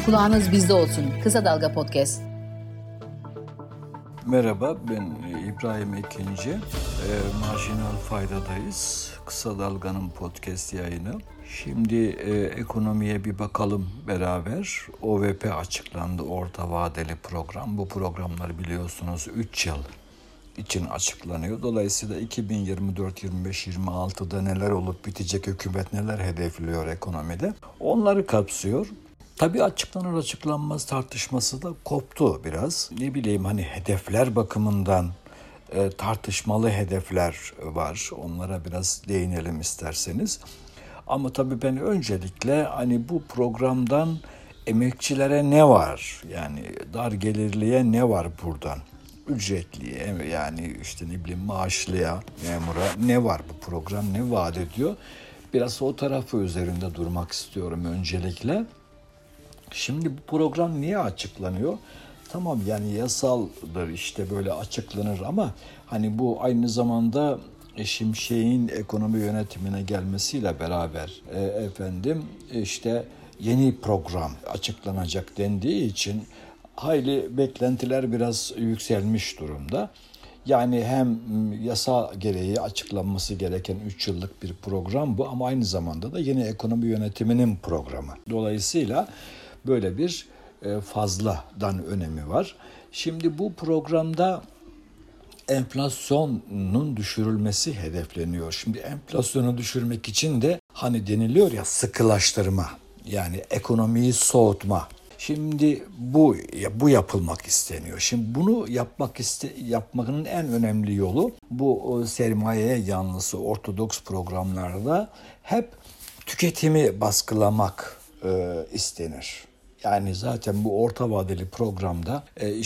Kulağınız bizde olsun. Kısa Dalga Podcast. Merhaba, ben İbrahim Ekinci. Marjinal Fayda'dayız. Kısa Dalga'nın podcast yayını. Şimdi ekonomiye bir bakalım beraber. OVP açıklandı, orta vadeli program. Bu programlar biliyorsunuz 3 yıl için açıklanıyor. Dolayısıyla 2024, 25, 26'da neler olup bitecek, hükümet neler hedefliyor ekonomide, onları kapsıyor. Tabii açıklanır açıklanmaz tartışması da koptu biraz. Ne bileyim hani hedefler bakımından tartışmalı hedefler var. Onlara biraz değinelim isterseniz. Ama tabii ben öncelikle hani bu programdan emekçilere ne var? Yani dar gelirliye ne var buradan? Ücretliye yani işte ne bileyim maaşlıya, memura ne var bu program, ne vaat ediyor? Biraz o tarafı üzerinde durmak istiyorum öncelikle. Şimdi bu program niye açıklanıyor? Tamam yani yasaldır işte böyle açıklanır ama hani bu aynı zamanda Şimşek'in ekonomi yönetimine gelmesiyle beraber işte yeni program açıklanacak dendiği için hayli beklentiler biraz yükselmiş durumda. Yani hem yasa gereği açıklanması gereken 3 yıllık bir program bu ama aynı zamanda da yeni ekonomi yönetiminin programı. Dolayısıyla böyle bir fazladan önemi var. Şimdi bu programda enflasyonun düşürülmesi hedefleniyor. Şimdi enflasyonu düşürmek için de hani deniliyor ya sıkılaştırma, yani ekonomiyi soğutma. Şimdi bu yapılmak isteniyor. Şimdi bunu yapmanın en önemli yolu bu sermayeye yanlısı ortodoks programlarda hep tüketimi baskılamak istenir. Yani zaten bu orta vadeli programda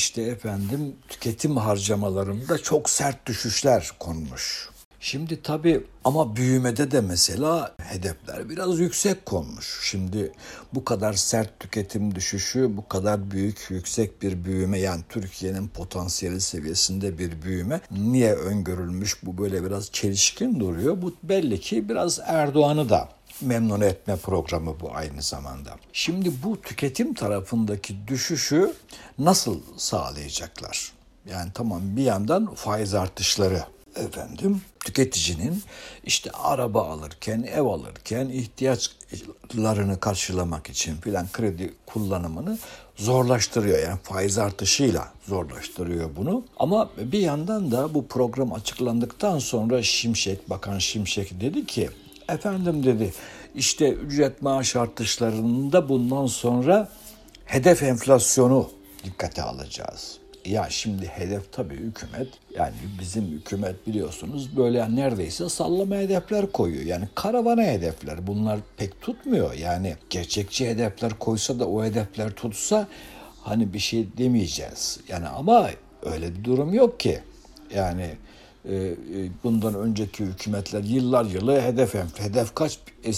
tüketim harcamalarında çok sert düşüşler konmuş. Şimdi tabii ama büyümede de mesela hedefler biraz yüksek konmuş. Şimdi bu kadar sert tüketim düşüşü, bu kadar yüksek bir büyüme, yani Türkiye'nin potansiyeli seviyesinde bir büyüme niye öngörülmüş? Bu böyle biraz çelişkin duruyor. Bu belli ki biraz Erdoğan'ı da memnun etme programı bu aynı zamanda. Şimdi bu tüketim tarafındaki düşüşü nasıl sağlayacaklar? Yani tamam bir yandan faiz artışları tüketicinin işte araba alırken, ev alırken ihtiyaçlarını karşılamak için filan kredi kullanımını zorlaştırıyor. Yani faiz artışıyla zorlaştırıyor bunu. Ama bir yandan da bu program açıklandıktan sonra Bakan Şimşek dedi ki dedi işte ücret maaş artışlarında bundan sonra hedef enflasyonu dikkate alacağız. Ya şimdi hedef tabii hükümet, yani bizim hükümet biliyorsunuz böyle neredeyse sallama hedefler koyuyor. Yani karavana hedefler, bunlar pek tutmuyor. Yani gerçekçi hedefler koysa da o hedefler tutsa hani bir şey demeyeceğiz. Yani ama öyle bir durum yok ki. Yani bundan önceki hükümetler yıllar yılı hedef kaç?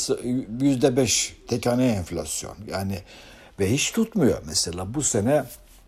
%5 tek hane enflasyon. Yani ve hiç tutmuyor. Mesela bu sene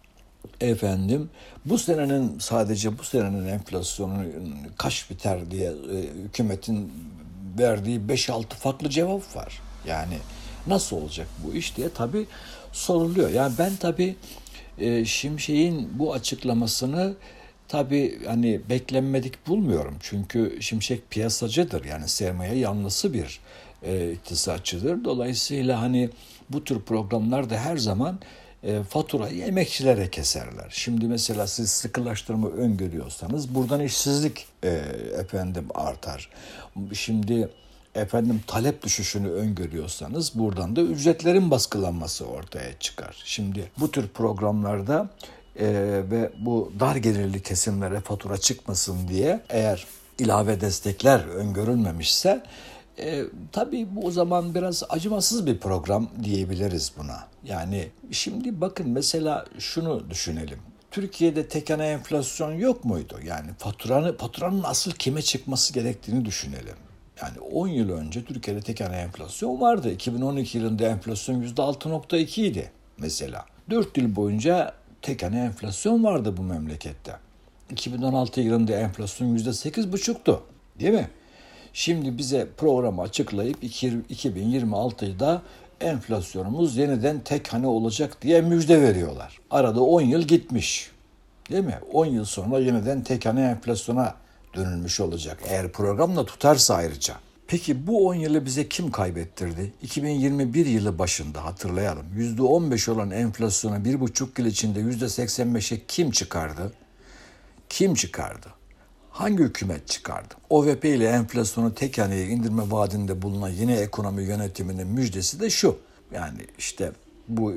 sadece bu senenin enflasyonu kaç biter diye hükümetin verdiği 5-6 farklı cevap var. Yani nasıl olacak bu iş diye tabii soruluyor. Yani ben tabii Şimşek'in bu açıklamasını tabii hani beklenmedik bulmuyorum. Çünkü Şimşek piyasacıdır. Yani sermaye yanlısı bir iktisatçıdır. Dolayısıyla hani bu tür programlar da her zaman faturayı emekçilere keserler. Şimdi mesela siz sıkılaştırma öngörüyorsanız buradan işsizlik artar. Şimdi talep düşüşünü öngörüyorsanız buradan da ücretlerin baskılanması ortaya çıkar. Şimdi bu tür programlarda ve bu dar gelirli kesimlere fatura çıkmasın diye eğer ilave destekler öngörülmemişse tabii bu o zaman biraz acımasız bir program diyebiliriz buna. Yani şimdi bakın mesela şunu düşünelim. Türkiye'de tek hane enflasyon yok muydu? Yani faturanın asıl kime çıkması gerektiğini düşünelim. Yani 10 yıl önce Türkiye'de tek hane enflasyon vardı. 2012 yılında enflasyon %6.2 idi mesela. 4 yıl boyunca tek hane enflasyon vardı bu memlekette. 2016 yılında enflasyon %8.5'tu, değil mi? Şimdi bize programı açıklayıp 2026'da enflasyonumuz yeniden tek hane olacak diye müjde veriyorlar. Arada 10 yıl gitmiş. Değil mi? 10 yıl sonra yeniden tek hane enflasyona dönülmüş olacak. Eğer program da tutarsa ayrıca. Peki bu 10 yılı bize kim kaybettirdi? 2021 yılı başında hatırlayalım. %15 olan enflasyonu 1,5 yıl içinde %85'e kim çıkardı? Kim çıkardı? Hangi hükümet çıkardı? OVP ile enflasyonu tek haneye indirme vaadinde bulunan yeni ekonomi yönetiminin müjdesi de şu. Yani işte bu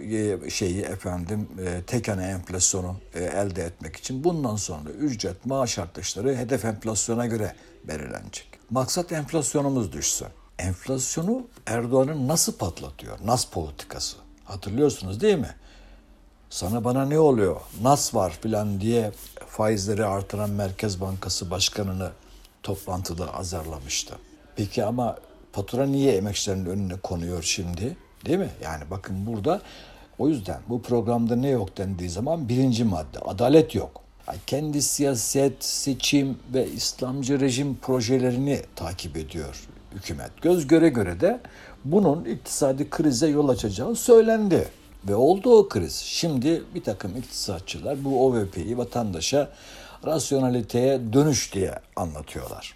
tek hane enflasyonu elde etmek için bundan sonra ücret, maaş artışları hedef enflasyona göre belirlenecek. Maksat enflasyonumuz düşsün. Enflasyonu Erdoğan'ın nasıl patlatıyor? Nas politikası. Hatırlıyorsunuz değil mi? Sana bana ne oluyor? Nas var filan diye faizleri artıran Merkez Bankası Başkanı'nı toplantıda azarlamıştı. Peki ama fatura niye emekçilerin önüne konuyor şimdi? Değil mi? Yani bakın burada o yüzden bu programda ne yok dendiği zaman birinci madde adalet yok. Yani kendi siyaset, seçim ve İslamcı rejim projelerini takip ediyor hükümet. Göz göre göre de bunun iktisadi krize yol açacağı söylendi. Ve oldu o kriz. Şimdi bir takım iktisatçılar bu OVP'yi vatandaşa rasyonaliteye dönüş diye anlatıyorlar.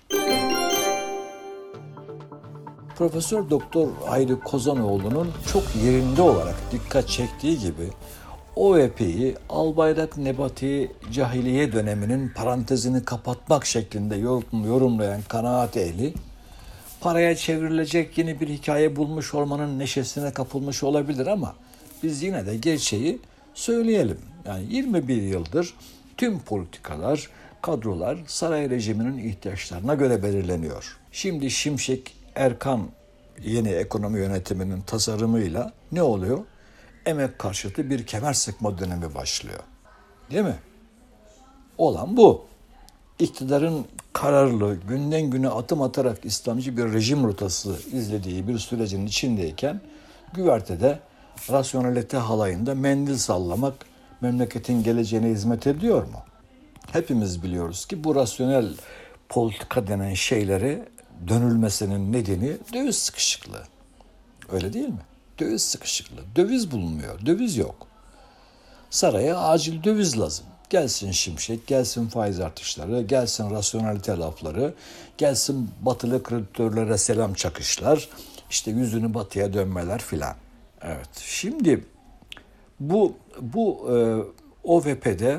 Profesör Doktor Hayri Kozanoğlu'nun çok yerinde olarak dikkat çektiği gibi OVP'yi Albayrak Nebati Cahiliye döneminin parantezini kapatmak şeklinde yorumlayan kanaat ehli, paraya çevrilecek yeni bir hikaye bulmuş olmanın neşesine kapılmış olabilir ama biz yine de gerçeği söyleyelim. Yani 21 yıldır tüm politikalar, kadrolar saray rejiminin ihtiyaçlarına göre belirleniyor. Şimdi Şimşek Erkan yeni ekonomi yönetiminin tasarımıyla ne oluyor? Emek karşıtı bir kemer sıkma dönemi başlıyor. Değil mi? Olan bu. İktidarın kararlı, günden güne adım atarak İslamcı bir rejim rotası izlediği bir sürecin içindeyken güvertede rasyonelite halayında mendil sallamak memleketin geleceğine hizmet ediyor mu? Hepimiz biliyoruz ki bu rasyonel politika denen şeylere dönülmesinin nedeni döviz sıkışıklığı. Öyle değil mi? Döviz sıkışıklığı. Döviz bulunmuyor. Döviz yok. Saraya acil döviz lazım. Gelsin Şimşek, gelsin faiz artışları, gelsin rasyonelite lafları, gelsin batılı kreditörlere selam çakışlar, işte yüzünü batıya dönmeler filan. Evet, şimdi bu OVP'de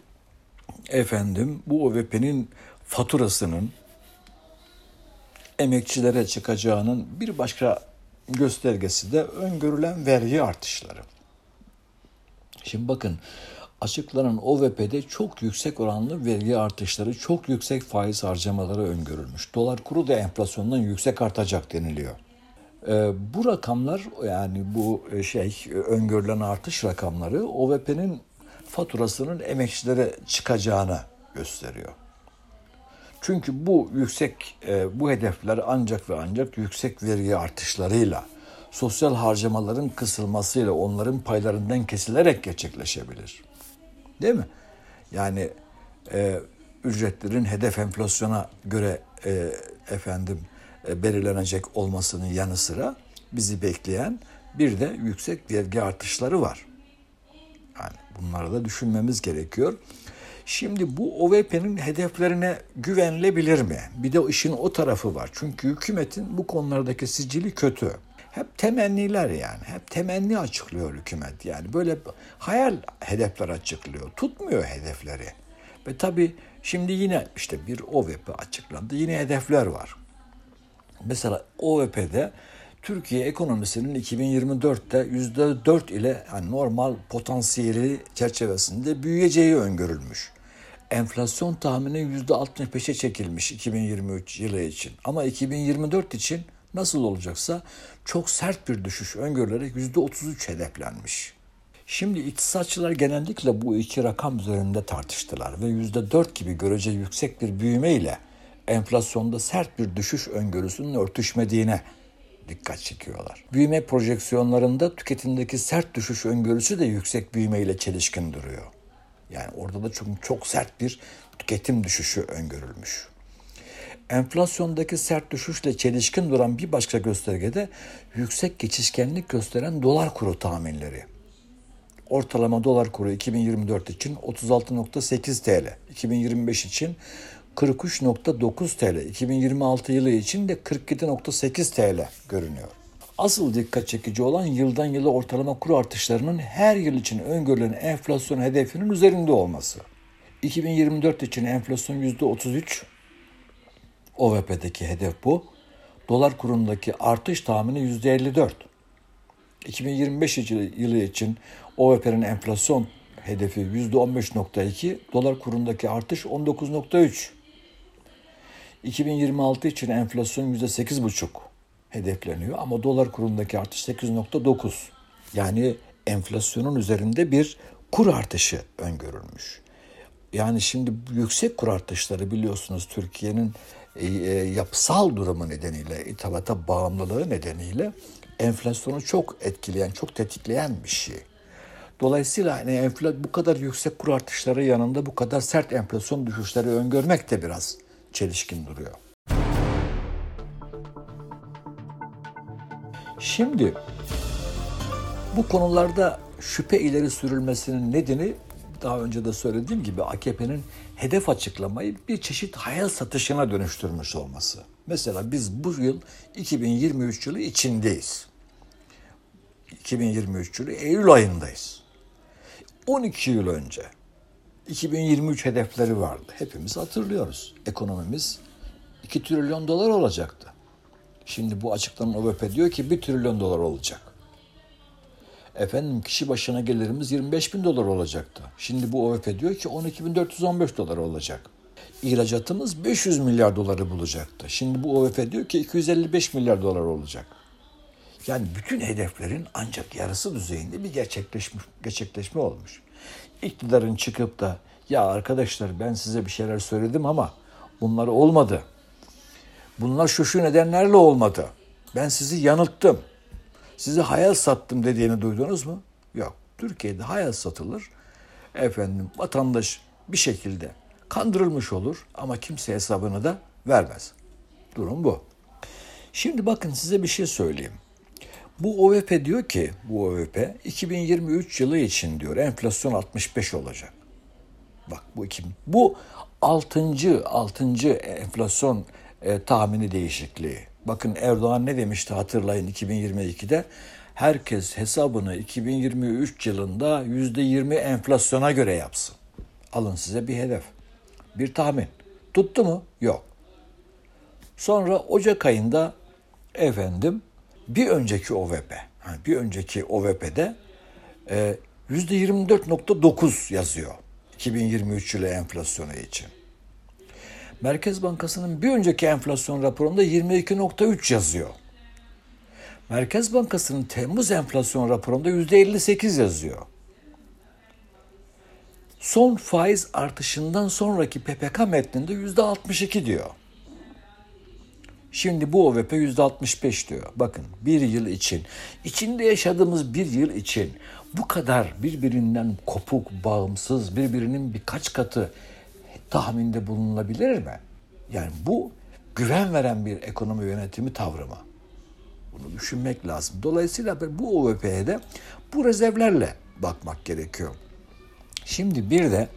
bu OVP'nin faturasının emekçilere çıkacağının bir başka göstergesi de öngörülen vergi artışları. Şimdi bakın, açıklanan OVP'de çok yüksek oranlı vergi artışları, çok yüksek faiz harcamaları öngörülmüş. Dolar kuru da enflasyondan yüksek artacak deniliyor. Bu rakamlar, yani bu öngörülen artış rakamları OVP'nin faturasının emekçilere çıkacağını gösteriyor. Çünkü bu hedefler ancak ve ancak yüksek vergi artışlarıyla, sosyal harcamaların kısılmasıyla, onların paylarından kesilerek gerçekleşebilir. Değil mi? Yani ücretlerin hedef enflasyona göre belirlenecek olmasının yanı sıra bizi bekleyen bir de yüksek vergi artışları var. Yani bunları da düşünmemiz gerekiyor. Şimdi bu OVP'nin hedeflerine güvenilebilir mi? Bir de işin o tarafı var. Çünkü hükümetin bu konulardaki sicili kötü. Hep temenniler yani. Hep temenni açıklıyor hükümet. Yani böyle hayal hedefler açıklıyor. Tutmuyor hedefleri. Ve tabii şimdi yine işte bir OVP açıklandı. Yine hedefler var. Mesela OVP'de Türkiye ekonomisinin 2024'te %4 ile yani normal potansiyeli çerçevesinde büyüyeceği öngörülmüş. Enflasyon tahmini %65'e çekilmiş 2023 yılı için. Ama 2024 için nasıl olacaksa çok sert bir düşüş öngörülerek %33 hedeflenmiş. Şimdi iktisatçılar genellikle bu iki rakam üzerinde tartıştılar ve %4 gibi görece yüksek bir büyüme ile enflasyonda sert bir düşüş öngörüsünün örtüşmediğine dikkat çekiyorlar. Büyüme projeksiyonlarında tüketimdeki sert düşüş öngörüsü de yüksek büyüme ile çelişkin duruyor. Yani orada da çok sert bir tüketim düşüşü öngörülmüş. Enflasyondaki sert düşüşle çelişkin duran bir başka göstergede yüksek geçişkenlik gösteren dolar kuru tahminleri. Ortalama dolar kuru 2024 için 36.8 TL, 2025 için 43.9 TL, 2026 yılı için de 47.8 TL görünüyor. Asıl dikkat çekici olan yıldan yıla ortalama kur artışlarının her yıl için öngörülen enflasyon hedefinin üzerinde olması. 2024 için enflasyon %33, OVP'deki hedef bu. Dolar kurundaki artış tahmini %54. 2025 yılı için OVP'nin enflasyon hedefi %15.2, dolar kurundaki artış 19.3. 2026 için enflasyon %8.5 hedefleniyor ama dolar kurundaki artış 8.9. Yani enflasyonun üzerinde bir kur artışı öngörülmüş. Yani şimdi yüksek kur artışları biliyorsunuz Türkiye'nin yapısal durumu nedeniyle, ithalata bağımlılığı nedeniyle enflasyonu çok etkileyen, çok tetikleyen bir şey. Dolayısıyla hani bu kadar yüksek kur artışları yanında bu kadar sert enflasyon düşüşleri öngörmek de biraz çelişkin duruyor. Şimdi bu konularda şüphe ileri sürülmesinin nedeni daha önce de söylediğim gibi AKP'nin hedef açıklamayı bir çeşit hayal satışına dönüştürmüş olması. Mesela biz bu yıl 2023 yılı içindeyiz. 2023 yılı Eylül ayındayız. 12 yıl önce 2023 hedefleri vardı. Hepimiz hatırlıyoruz. Ekonomimiz 2 trilyon dolar olacaktı. Şimdi bu açıklanan OVP diyor ki 1 trilyon dolar olacak. Efendim kişi başına gelirimiz 25 bin dolar olacaktı. Şimdi bu OVP diyor ki 12.415 dolar olacak. İhracatımız 500 milyar doları bulacaktı. Şimdi bu OVP diyor ki 255 milyar dolar olacak. Yani bütün hedeflerin ancak yarısı düzeyinde bir gerçekleşme olmuş. İktidarın çıkıp da ya arkadaşlar ben size bir şeyler söyledim ama bunlar olmadı. Bunlar şu nedenlerle olmadı. Ben sizi yanılttım. Size hayal sattım dediğini duydunuz mu? Yok. Türkiye'de hayal satılır. Efendim vatandaş bir şekilde kandırılmış olur ama kimse hesabını da vermez. Durum bu. Şimdi bakın size bir şey söyleyeyim. Bu OVP diyor ki, bu OVP 2023 yılı için diyor enflasyon 65 olacak. Bak bu 6. enflasyon tahmini değişikliği. Bakın Erdoğan ne demişti hatırlayın 2022'de? Herkes hesabını 2023 yılında %20 enflasyona göre yapsın. Alın size bir hedef, bir tahmin. Tuttu mu? Yok. Sonra Ocak ayında bir önceki OVP'de %24.9 yazıyor 2023 yılı enflasyonu için. Merkez Bankası'nın bir önceki enflasyon raporunda 22.3 yazıyor. Merkez Bankası'nın Temmuz enflasyon raporunda %58 yazıyor. Son faiz artışından sonraki PPK metninde %62 diyor. Şimdi bu OVP %65 diyor. Bakın bir yıl için, içinde yaşadığımız bir yıl için bu kadar birbirinden kopuk, bağımsız, birbirinin birkaç katı tahminde bulunulabilir mi? Yani bu güven veren bir ekonomi yönetimi tavrı mı? Bunu düşünmek lazım. Dolayısıyla bu OVP'ye de bu rezervlerle bakmak gerekiyor. Şimdi bir de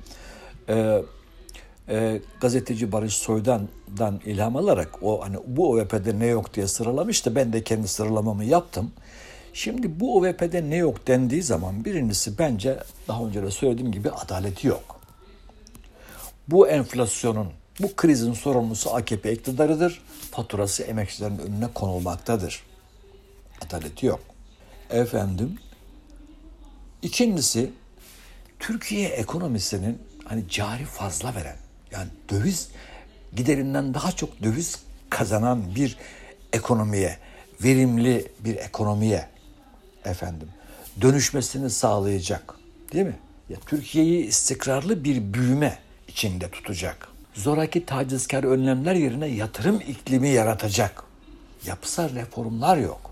gazeteci Barış Soydan'dan ilham alarak bu OVP'de ne yok diye sıralamıştı. Ben de kendi sıralamamı yaptım. Şimdi bu OVP'de ne yok dendiği zaman birincisi bence daha önce de söylediğim gibi adaleti yok. Bu enflasyonun, bu krizin sorumlusu AKP iktidarıdır. Faturası emekçilerin önüne konulmaktadır. Adaleti yok. İkincisi Türkiye ekonomisinin cari fazla veren, yani döviz giderinden daha çok döviz kazanan bir ekonomiye, verimli bir ekonomiye dönüşmesini sağlayacak, değil mi? Ya Türkiye'yi istikrarlı bir büyüme içinde tutacak. Zoraki tacizkar önlemler yerine yatırım iklimi yaratacak. Yapısal reformlar yok.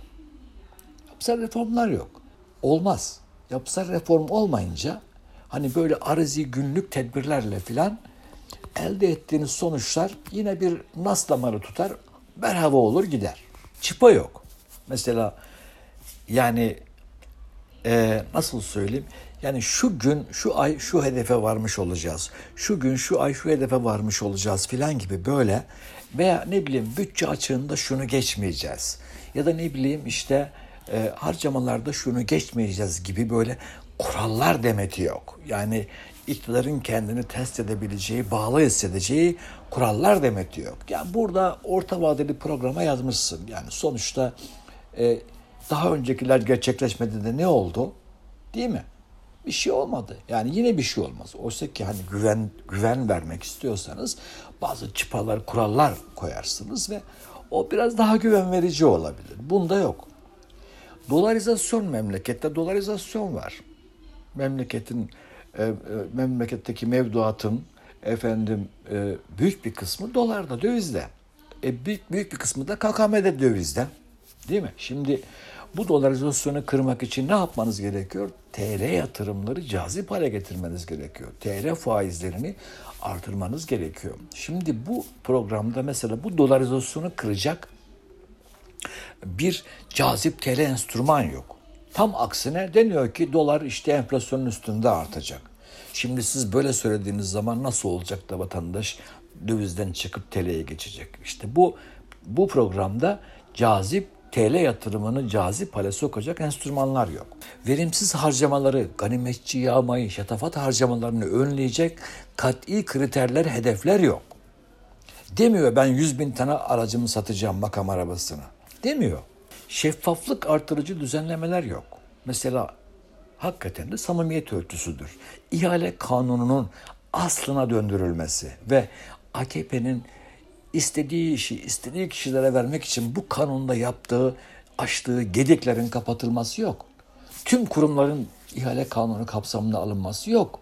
Olmaz. Yapısal reform olmayınca böyle arizi günlük tedbirlerle filan elde ettiğiniz sonuçlar yine bir nas damarı tutar, berhava olur gider. Çıpa yok. Mesela yani nasıl söyleyeyim? Yani şu gün, şu ay şu hedefe varmış olacağız. Şu gün, şu ay şu hedefe varmış olacağız filan gibi böyle. Veya ne bileyim bütçe açığında şunu geçmeyeceğiz. Ya da ne bileyim işte harcamalarda şunu geçmeyeceğiz gibi böyle kurallar demeti yok. Yani iktidarın kendini test edebileceği, bağlı hissedeceği kurallar demeti yok. Yani burada orta vadeli programa yazmışsın. Yani sonuçta daha öncekiler gerçekleşmedi de ne oldu? Değil mi? Bir şey olmadı. Yani yine bir şey olmaz. Oysa ki hani güven vermek istiyorsanız bazı çıpalar, kurallar koyarsınız ve o biraz daha güven verici olabilir. Bunda yok. Dolarizasyon, memlekette dolarizasyon var. Memleketteki mevduatın büyük bir kısmı dolarda, dövizde. Büyük bir kısmı da KKM'de, dövizde. Değil mi? Şimdi bu dolarizasyonu kırmak için ne yapmanız gerekiyor? TL yatırımları cazip hale getirmeniz gerekiyor. TL faizlerini artırmanız gerekiyor. Şimdi bu programda mesela bu dolarizasyonu kıracak bir cazip TL enstrüman yok. Tam aksine deniyor ki dolar işte enflasyonun üstünde artacak. Şimdi siz böyle söylediğiniz zaman nasıl olacak da vatandaş dövizden çıkıp TL'ye geçecek? İşte bu programda cazip TL yatırımını cazip hale sokacak enstrümanlar yok. Verimsiz harcamaları, ganimetçi yağmayı, şatafat harcamalarını önleyecek kat'i kriterler, hedefler yok. Demiyor ben 100.000 tane aracımı satacağım, makam arabasını. Demiyor. Şeffaflık artırıcı düzenlemeler yok. Mesela hakikaten de samimiyet ölçüsüdür. İhale kanununun aslına döndürülmesi ve AKP'nin istediği işi istediği kişilere vermek için bu kanunda açtığı gediklerin kapatılması yok. Tüm kurumların ihale kanunu kapsamında alınması yok.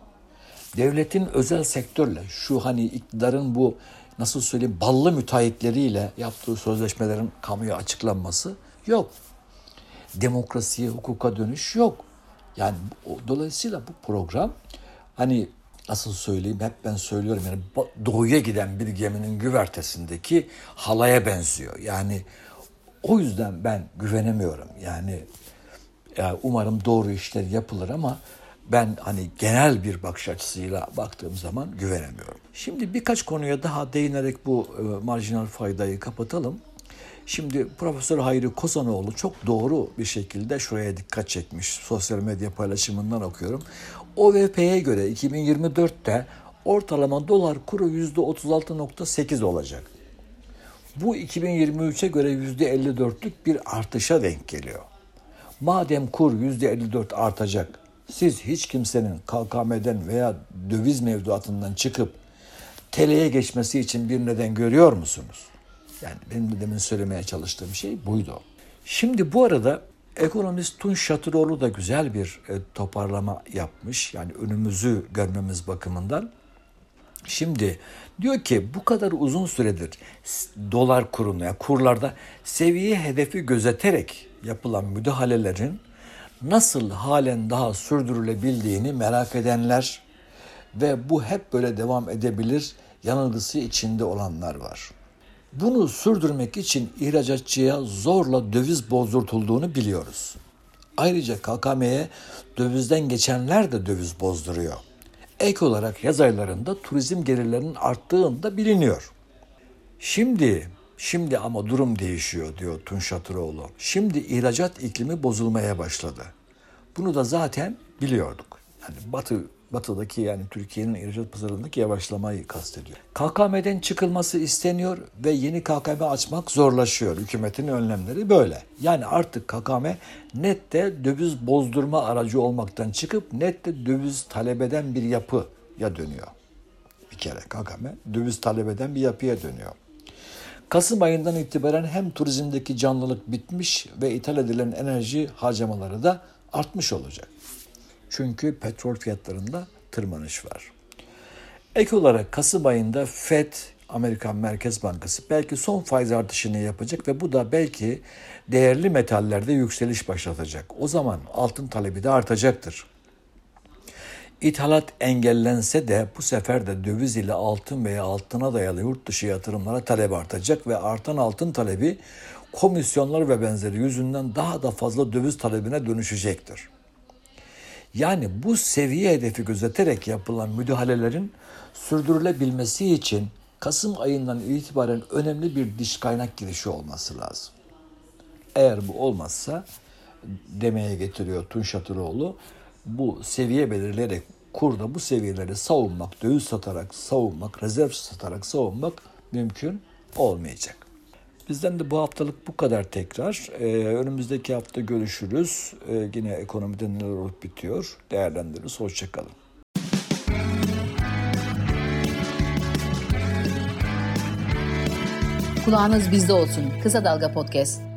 Devletin özel sektörle, şu hani iktidarın bu nasıl söyleyeyim ballı müteahhitleriyle yaptığı sözleşmelerin kamuya açıklanması yok. Demokrasiye, hukuka dönüş yok. Yani dolayısıyla bu program hani nasıl söyleyeyim, hep ben söylüyorum, yani doğuya giden bir geminin güvertesindeki halaya benziyor. Yani o yüzden ben güvenemiyorum. Yani umarım doğru işler yapılır ama ben hani genel bir bakış açısıyla baktığım zaman güvenemiyorum. Şimdi birkaç konuya daha değinerek bu marjinal faydayı kapatalım. Şimdi Profesör Hayri Kozanoğlu çok doğru bir şekilde şuraya dikkat çekmiş. Sosyal medya paylaşımından okuyorum. OVP'ye göre 2024'te ortalama dolar kuru %36.8 olacak. Bu 2023'e göre %54'lük bir artışa denk geliyor. Madem kur %54 artacak, siz hiç kimsenin KKM'den veya döviz mevduatından çıkıp TL'ye geçmesi için bir neden görüyor musunuz? Yani benim de demin söylemeye çalıştığım şey buydu. Şimdi bu arada ekonomist Tunç Şatıroğlu da güzel bir toparlama yapmış. Yani önümüzü görmemiz bakımından. Şimdi diyor ki bu kadar uzun süredir dolar kuruna, yani kurlarda seviye hedefi gözeterek yapılan müdahalelerin nasıl halen daha sürdürülebildiğini merak edenler ve bu hep böyle devam edebilir yanılgısı içinde olanlar var. Bunu sürdürmek için ihracatçıya zorla döviz bozdurtulduğunu biliyoruz. Ayrıca KKM'ye dövizden geçenler de döviz bozduruyor. Ek olarak yaz aylarında turizm gelirlerinin arttığında biliniyor. Şimdi ama durum değişiyor diyor Tunç Şatıroğlu. Şimdi ihracat iklimi bozulmaya başladı. Bunu da zaten biliyorduk. Yani batıdaki yani Türkiye'nin ihracat pazarındaki yavaşlamayı kastediyor. KKM'den çıkılması isteniyor ve yeni KKM açmak zorlaşıyor. Hükümetin önlemleri böyle. Yani artık KKM nette döviz bozdurma aracı olmaktan çıkıp nette döviz talep eden bir yapıya dönüyor. Bir kere KKM döviz talep eden bir yapıya dönüyor. Kasım ayından itibaren hem turizmdeki canlılık bitmiş ve ithal edilen enerji harcamaları da artmış olacak. Çünkü petrol fiyatlarında tırmanış var. Ek olarak Kasım ayında FED, Amerikan Merkez Bankası belki son faiz artışını yapacak ve bu da belki değerli metallerde yükseliş başlatacak. O zaman altın talebi de artacaktır. İthalat engellense de bu sefer de döviz ile altın veya altına dayalı yurt dışı yatırımlara talep artacak ve artan altın talebi komisyonlar ve benzeri yüzünden daha da fazla döviz talebine dönüşecektir. Yani bu seviye hedefi gözeterek yapılan müdahalelerin sürdürülebilmesi için Kasım ayından itibaren önemli bir dış kaynak girişi olması lazım. Eğer bu olmazsa demeye getiriyor Tunç Hatıroğlu, bu seviye belirleyerek kurda bu seviyeleri savunmak, döviz satarak savunmak, rezerv satarak savunmak mümkün olmayacak. Bizden de bu haftalık bu kadar tekrar. Önümüzdeki hafta görüşürüz. Yine ekonomide neler olup bitiyor değerlendiririz. Hoşçakalın. Kulağınız bizde olsun. Kısa Dalga Podcast.